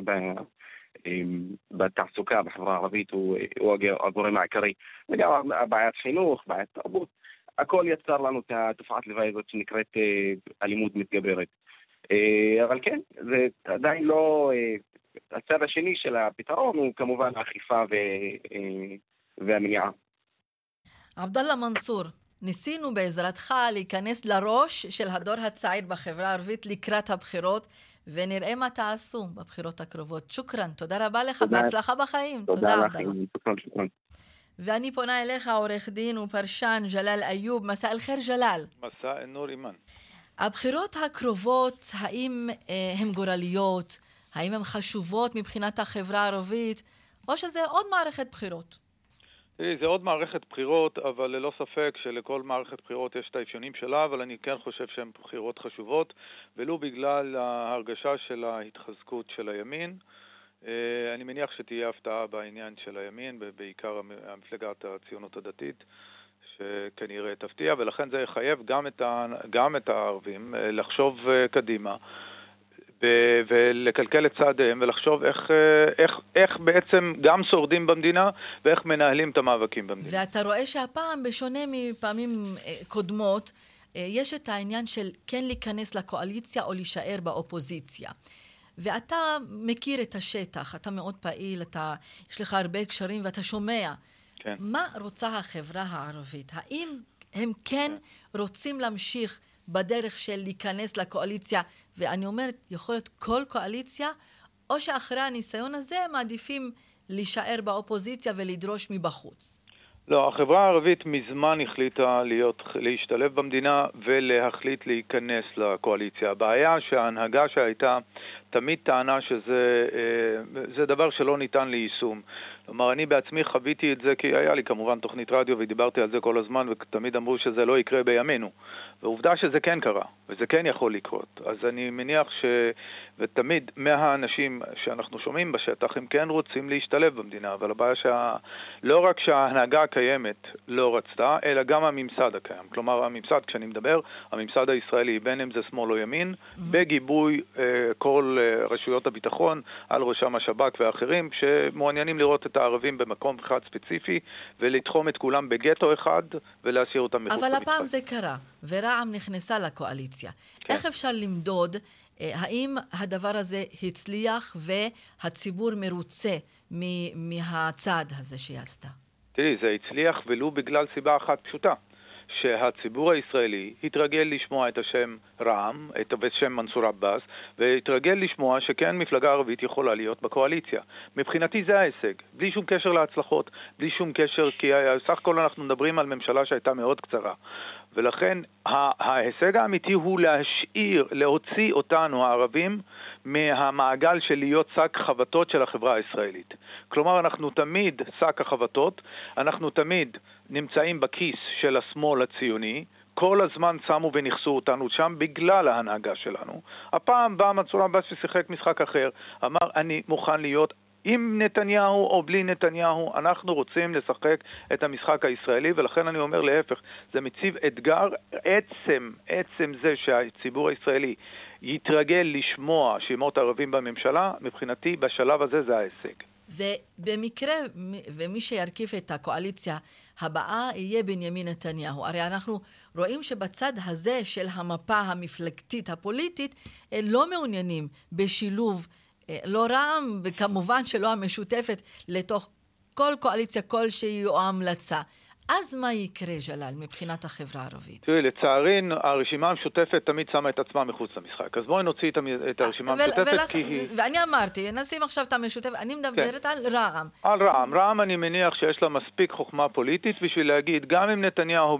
בתעסוקה בחברה הערבית הוא, הוא הגורם העיקרי. וגם בעיית חינוך, בעיית תרבות, הכל יצר לנו את התופעת לוואי הזאת שנקראת אלימות מתגברת. אבל כן, זה עדיין לא... הצד השני של הפתרון הוא כמובן האכיפה והמניעה. עבדאללה מנסור, ניסינו בעזרתך להיכנס לראש של הדור הצעיר בחברה הערבית לקראת הבחירות, ונראה מה תעשו בבחירות הקרובות. שוקרן, תודה רבה לך, תודה. בהצלחה בחיים. תודה, תודה עבדאללה. שוקרן, שוקרן. ואני פונה אליך, עורך דין ופרשן ג'לאל איוב. מסע אל חיר ג'לאל. מסע נור אימן. הבחירות הקרובות, האם אה, הן גורליות? האם הן חשובות מבחינת החברה הערבית, או שזה עוד מערכת בחירות? זה עוד מערכת בחירות, אבל ללא ספק שלכל מערכת בחירות יש את האפיונים שלה, אבל אני כן חושב שהן בחירות חשובות, ולא בגלל ההרגשה של ההתחזקות של הימין. אני מניח שתהיה הפתעה בעניין של הימין, בעיקר המפלגת הציונות הדתית, שכנראה תפתיע, ולכן זה יחייב גם את, ה, גם את הערבים לחשוב קדימה, ולקלקל את צעדיהם, ולחשוב איך, איך, איך בעצם גם שורדים במדינה, ואיך מנהלים את המאבקים במדינה. ואתה רואה שהפעם, בשונה מפעמים קודמות, יש את העניין של כן להיכנס לקואליציה או להישאר באופוזיציה. ואתה מכיר את השטח, אתה מאוד פעיל, אתה, יש לך הרבה קשרים ואתה שומע. כן. מה רוצה החברה הערבית? האם הם כן רוצים להמשיך בדרך של להיכנס לקואליציה, ואני אומרת, יכול להיות כל קואליציה, או שאחרי הניסיון הזה מעדיפים להישאר באופוזיציה ולדרוש מבחוץ? לא, החברה הערבית מזמן החליטה להיות, להשתלב במדינה ולהחליט להיכנס לקואליציה. הבעיה שההנהגה שהייתה תמיד טענה שזה זה דבר שלא ניתן ליישום. כלומר, אני בעצמי חוויתי את זה, כי היה לי כמובן תוכנית רדיו ודיברתי על זה כל הזמן, ותמיד אמרו שזה לא יקרה בימינו. ועובדה שזה כן קרה, וזה כן יכול לקרות. אז אני מניח ש... ותמיד מהאנשים שאנחנו שומעים בשטח, הם כן רוצים להשתלב במדינה, אבל הבעיה שה... לא רק שההנהגה הקיימת לא רצתה, אלא גם הממסד הקיים. כלומר, הממסד, כשאני מדבר, הממסד הישראלי, בין אם זה שמאל או ימין, mm-hmm. בגיבוי אה, כל אה, רשויות הביטחון, על ראשם השב"כ ואחרים, שמעוניינים לראות את הערבים במקום אחד ספציפי, ולתחום את כולם בגטו אחד, ולהשאיר אותם מחוץ למשחק. אבל הפעם זה קרה, ורע"מ נכנסה לקואליציה. כן. איך אפשר למדוד, האם הדבר הזה הצליח, והציבור מרוצה מהצעד הזה שהיא עשתה? תראי, זה הצליח ולו בגלל סיבה אחת פשוטה. שהציבור הישראלי התרגל לשמוע את השם רע"מ, את השם מנסור עבאס, והתרגל לשמוע שכן מפלגה ערבית יכולה להיות בקואליציה. מבחינתי זה ההישג, בלי שום קשר להצלחות, בלי שום קשר, כי סך הכל אנחנו מדברים על ממשלה שהייתה מאוד קצרה. ולכן ההישג האמיתי הוא להשאיר, להוציא אותנו הערבים מהמעגל של להיות שק חבטות של החברה הישראלית. כלומר, אנחנו תמיד שק החבטות, אנחנו תמיד נמצאים בכיס של השמאל הציוני, כל הזמן שמו ונכסו אותנו שם בגלל ההנהגה שלנו. הפעם בא מנסור עבאס ושיחק משחק אחר, אמר אני מוכן להיות עם נתניהו או בלי נתניהו, אנחנו רוצים לשחק את המשחק הישראלי, ולכן אני אומר להפך, זה מציב אתגר, עצם, עצם זה שהציבור הישראלי יתרגל לשמוע שמות ערבים בממשלה, מבחינתי בשלב הזה זה ההישג. ובמקרה, ומי שירכיב את הקואליציה הבאה יהיה בנימין נתניהו. הרי אנחנו רואים שבצד הזה של המפה המפלגתית הפוליטית לא מעוניינים בשילוב לא רע"מ, וכמובן שלא המשותפת, לתוך כל קואליציה כלשהי או המלצה. אז מה יקרה, ג'לאל, מבחינת החברה הערבית? תראי, לצערי, הרשימה המשותפת תמיד שמה את עצמה מחוץ למשחק. אז בואי נוציא את הרשימה המשותפת, כי היא... ואני אמרתי, נשים עכשיו את המשותפת, אני מדברת על רע"מ. על רע"מ. רע"מ אני מניח שיש לה מספיק חוכמה פוליטית בשביל להגיד, גם אם נתניהו...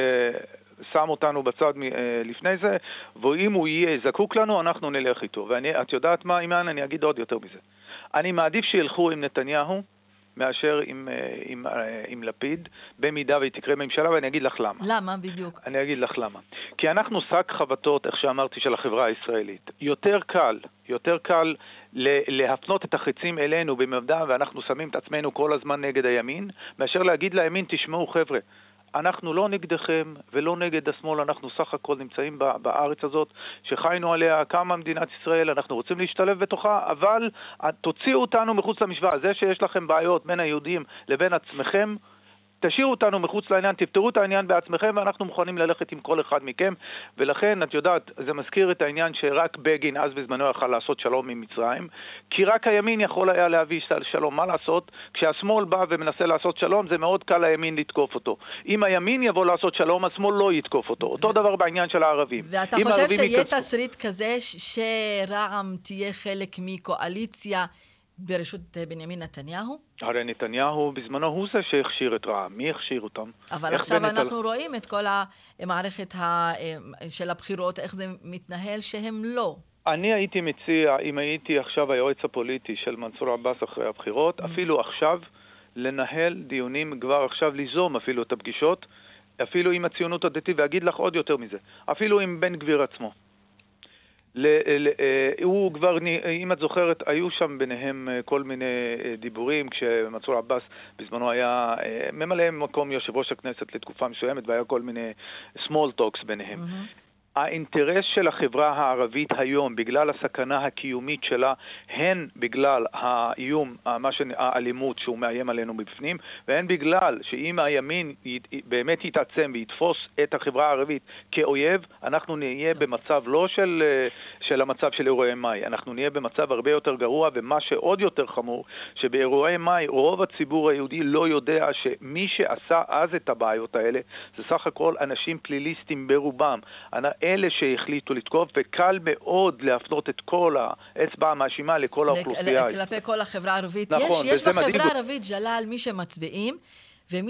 שם אותנו בצד לפני זה, ואם הוא יהיה זקוק לנו, אנחנו נלך איתו. ואת יודעת מה, אימן, אני אגיד עוד יותר מזה. אני מעדיף שילכו עם נתניהו, מאשר עם, עם, עם לפיד, במידה והיא תקרה ממשלה, ואני אגיד לך למה. למה בדיוק? אני אגיד לך למה. כי אנחנו שק חבטות, איך שאמרתי, של החברה הישראלית. יותר קל, יותר קל להפנות את החצים אלינו במבדה, ואנחנו שמים את עצמנו כל הזמן נגד הימין, מאשר להגיד לימין, תשמעו חבר'ה, אנחנו לא נגדכם ולא נגד השמאל, אנחנו סך הכל נמצאים בארץ הזאת שחיינו עליה, קמה מדינת ישראל, אנחנו רוצים להשתלב בתוכה, אבל תוציאו אותנו מחוץ למשוואה. זה שיש לכם בעיות בין היהודים לבין עצמכם, תשאירו אותנו מחוץ לעניין, תפתרו את העניין בעצמכם, ואנחנו מוכנים ללכת עם כל אחד מכם. ולכן, את יודעת, זה מזכיר את העניין שרק בגין אז בזמנו יכל לעשות שלום עם מצרים, כי רק הימין יכול היה להביא שלום. מה לעשות? כשהשמאל בא ומנסה לעשות שלום, זה מאוד קל לימין לתקוף אותו. אם הימין יבוא לעשות שלום, השמאל לא יתקוף אותו. אותו דבר בעניין של הערבים. ואתה חושב שיהיה תסריט כזה שרע"מ תהיה חלק מקואליציה ברשות בנימין נתניהו? הרי נתניהו בזמנו הוא זה שהכשיר את רע"מ. מי הכשיר אותם? אבל עכשיו אנחנו על... רואים את כל המערכת ה... של הבחירות, איך זה מתנהל שהם לא. אני הייתי מציע, אם הייתי עכשיו היועץ הפוליטי של מנסור עבאס אחרי הבחירות, אפילו עכשיו לנהל דיונים, כבר עכשיו ליזום אפילו את הפגישות, אפילו עם הציונות הדתית, ואגיד לך עוד יותר מזה, אפילו עם בן גביר עצמו. הוא כבר, אם את זוכרת, היו שם ביניהם כל מיני דיבורים, כשמנסור עבאס בזמנו היה ממלא מקום יושב ראש הכנסת לתקופה מסוימת, והיה כל מיני small talks ביניהם. האינטרס של החברה הערבית היום, בגלל הסכנה הקיומית שלה, הן בגלל האיום, האלימות שהוא מאיים עלינו מבפנים, והן בגלל שאם הימין באמת יתעצם ויתפוס את החברה הערבית כאויב, אנחנו נהיה במצב לא של, של המצב של אירועי מאי, אנחנו נהיה במצב הרבה יותר גרוע, ומה שעוד יותר חמור, שבאירועי מאי רוב הציבור היהודי לא יודע שמי שעשה אז את הבעיות האלה, זה סך הכל אנשים פליליסטים ברובם, אלה שהחליטו לתקוף, וקל מאוד להפנות את כל האצבע המאשימה לכל האוכלוסייה. כלפי כל החברה הערבית. נכון, יש, יש בחברה הערבית, ג'לאל, מי שמצביעים ומי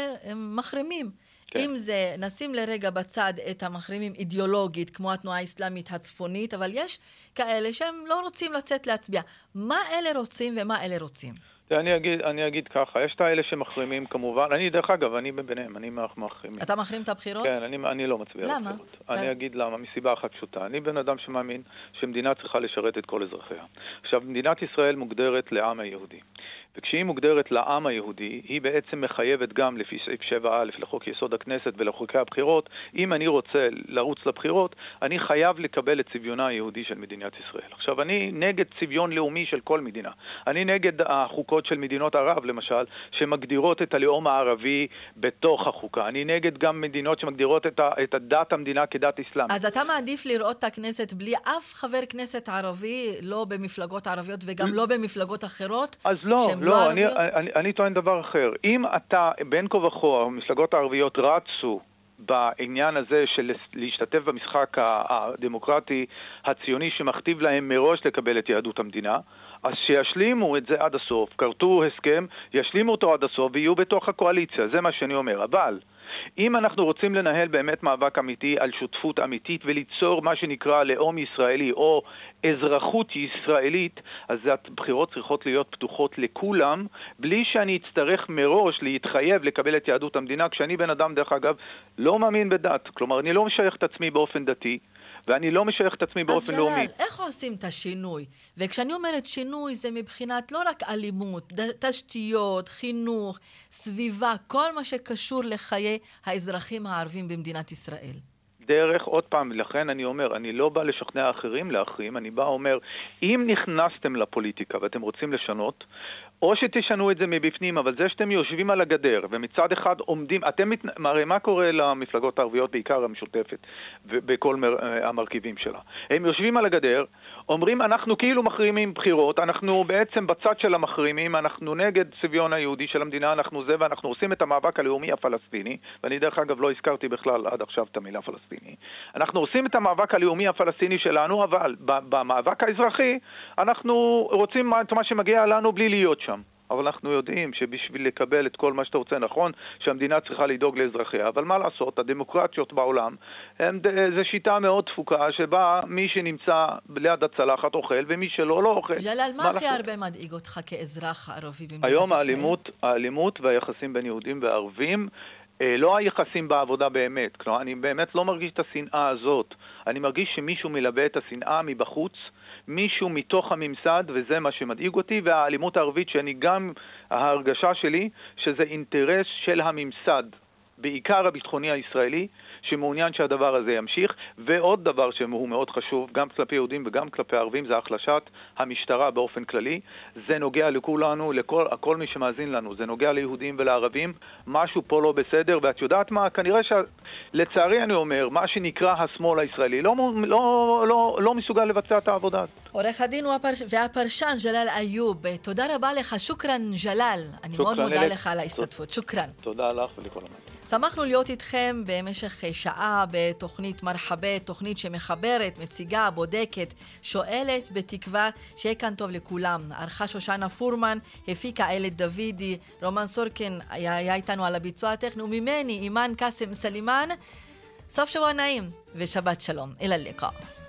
שמחרימים. כן. אם זה, נשים לרגע בצד את המחרימים אידיאולוגית, כמו התנועה האסלאמית הצפונית, אבל יש כאלה שהם לא רוצים לצאת להצביע. מה אלה רוצים ומה אלה רוצים? אני אגיד, אני אגיד ככה, יש את האלה שמחרימים כמובן, אני דרך אגב, אני ביניהם, אני מחרימים. אתה מחרים את הבחירות? כן, אני, אני לא מצביע למה? לבחירות. למה? אני אגיד למה, מסיבה אחת פשוטה. אני בן אדם שמאמין שמדינה צריכה לשרת את כל אזרחיה. עכשיו, מדינת ישראל מוגדרת לעם היהודי. וכשהיא מוגדרת לעם היהודי, היא בעצם מחייבת גם לפי סעיף שבע א' לחוק יסוד הכנסת ולחוקי הבחירות, אם אני רוצה לרוץ לבחירות, אני חייב לקבל את צביונה היהודי של מדינת ישראל. עכשיו, אני נגד צביון לאומי של כל מדינה. אני נגד החוקות של מדינות ערב, למשל, שמגדירות את הלאום הערבי בתוך החוקה. אני נגד גם מדינות שמגדירות את, ה, את הדת המדינה כדת אסלאמית. אז אתה מעדיף לראות את הכנסת בלי אף חבר כנסת ערבי, לא במפלגות ערביות וגם לא במפלגות אחרות? אז לא, לא, לא אני, אני, אני טוען דבר אחר. אם אתה, בין כה וכה, המפלגות הערביות רצו בעניין הזה של להשתתף במשחק הדמוקרטי הציוני שמכתיב להם מראש לקבל את יהדות המדינה, אז שישלימו את זה עד הסוף, קרתו הסכם, ישלימו אותו עד הסוף ויהיו בתוך הקואליציה, זה מה שאני אומר. אבל אם אנחנו רוצים לנהל באמת מאבק אמיתי על שותפות אמיתית וליצור מה שנקרא לאום ישראלי או אזרחות ישראלית, אז הבחירות צריכות להיות פתוחות לכולם, בלי שאני אצטרך מראש להתחייב לקבל את יהדות המדינה, כשאני בן אדם דרך אגב לא מאמין בדת, כלומר אני לא משייך את עצמי באופן דתי, ואני לא משייך את עצמי באופן לאומי. אז ג'לאל, איך עושים את השינוי? וכשאני אומרת שינוי, זה מבחינת לא רק אלימות, תשתיות, חינוך, סביבה, כל מה שקשור לחיי האזרחים הערבים במדינת ישראל. דרך, עוד פעם, לכן אני אומר, אני לא בא לשכנע אחרים לאחרים, אני בא אומר, אם נכנסתם לפוליטיקה ואתם רוצים לשנות, או שתשנו את זה מבפנים, אבל זה שאתם יושבים על הגדר, ומצד אחד עומדים, אתם, הרי מה קורה למפלגות הערביות, בעיקר המשותפת, ובכל המרכיבים שלה? הם יושבים על הגדר, אומרים, אנחנו כאילו מחרימים בחירות, אנחנו בעצם בצד של המחרימים, אנחנו נגד צביון היהודי של המדינה, אנחנו זה, ואנחנו עושים את המאבק הלאומי הפלסטיני, ואני דרך אגב לא הזכרתי בכלל עד עכשיו את המילה פלסטיני. אנחנו עושים את המאבק הלאומי הפלסטיני שלנו, אבל במאבק האזרחי, אנחנו רוצים את מה שמגיע לנו בלי להיות שם. אבל אנחנו יודעים שבשביל לקבל את כל מה שאתה רוצה, נכון שהמדינה צריכה לדאוג לאזרחיה, אבל מה לעשות, הדמוקרטיות בעולם, הם, זה שיטה מאוד תפוקה, שבה מי שנמצא ליד הצלחת אוכל, ומי שלא לא אוכל. ג'לאל, מה הכי הרבה מדאיג אותך כאזרח ערבי במדינת ישראל? היום האלימות, האלימות והיחסים בין יהודים וערבים, לא היחסים בעבודה באמת. כלומר, אני באמת לא מרגיש את השנאה הזאת. אני מרגיש שמישהו מלווה את השנאה מבחוץ, מישהו מתוך הממסד, וזה מה שמדאיג אותי, והאלימות הערבית, שאני גם, ההרגשה שלי, שזה אינטרס של הממסד, בעיקר הביטחוני הישראלי, שמעוניין שהדבר הזה ימשיך, ועוד דבר שהוא מאוד חשוב, גם כלפי יהודים וגם כלפי ערבים, זה החלשת המשטרה באופן כללי. זה נוגע לכולנו, לכל, הכל מי שמאזין לנו, זה נוגע ליהודים ולערבים, משהו פה לא בסדר, ואת יודעת מה, כנראה שלצערי אני אומר, מה שנקרא השמאל הישראלי, לא, לא, לא, לא מסוגל לבצע את העבודה. עורך הדין והפרשן ג'לאל איוב, תודה רבה לך, שוקרן ג'לאל, אני מאוד מודה לך על ההשתתפות, שוקרן. תודה לך ולכל המאזינים. שמחנו להיות איתכם במשך שעה בתוכנית מרחבה, תוכנית שמחברת, מציגה, בודקת, שואלת, בתקווה שיהיה כאן טוב לכולם. ערכה שושנה פורמן, הפיקה איילת דוידי, רומן סורקין היה איתנו על הביצוע הטכני, וממני אימן קאסם סלימן. סוף שבוע נעים ושבת שלום. אל הלקה.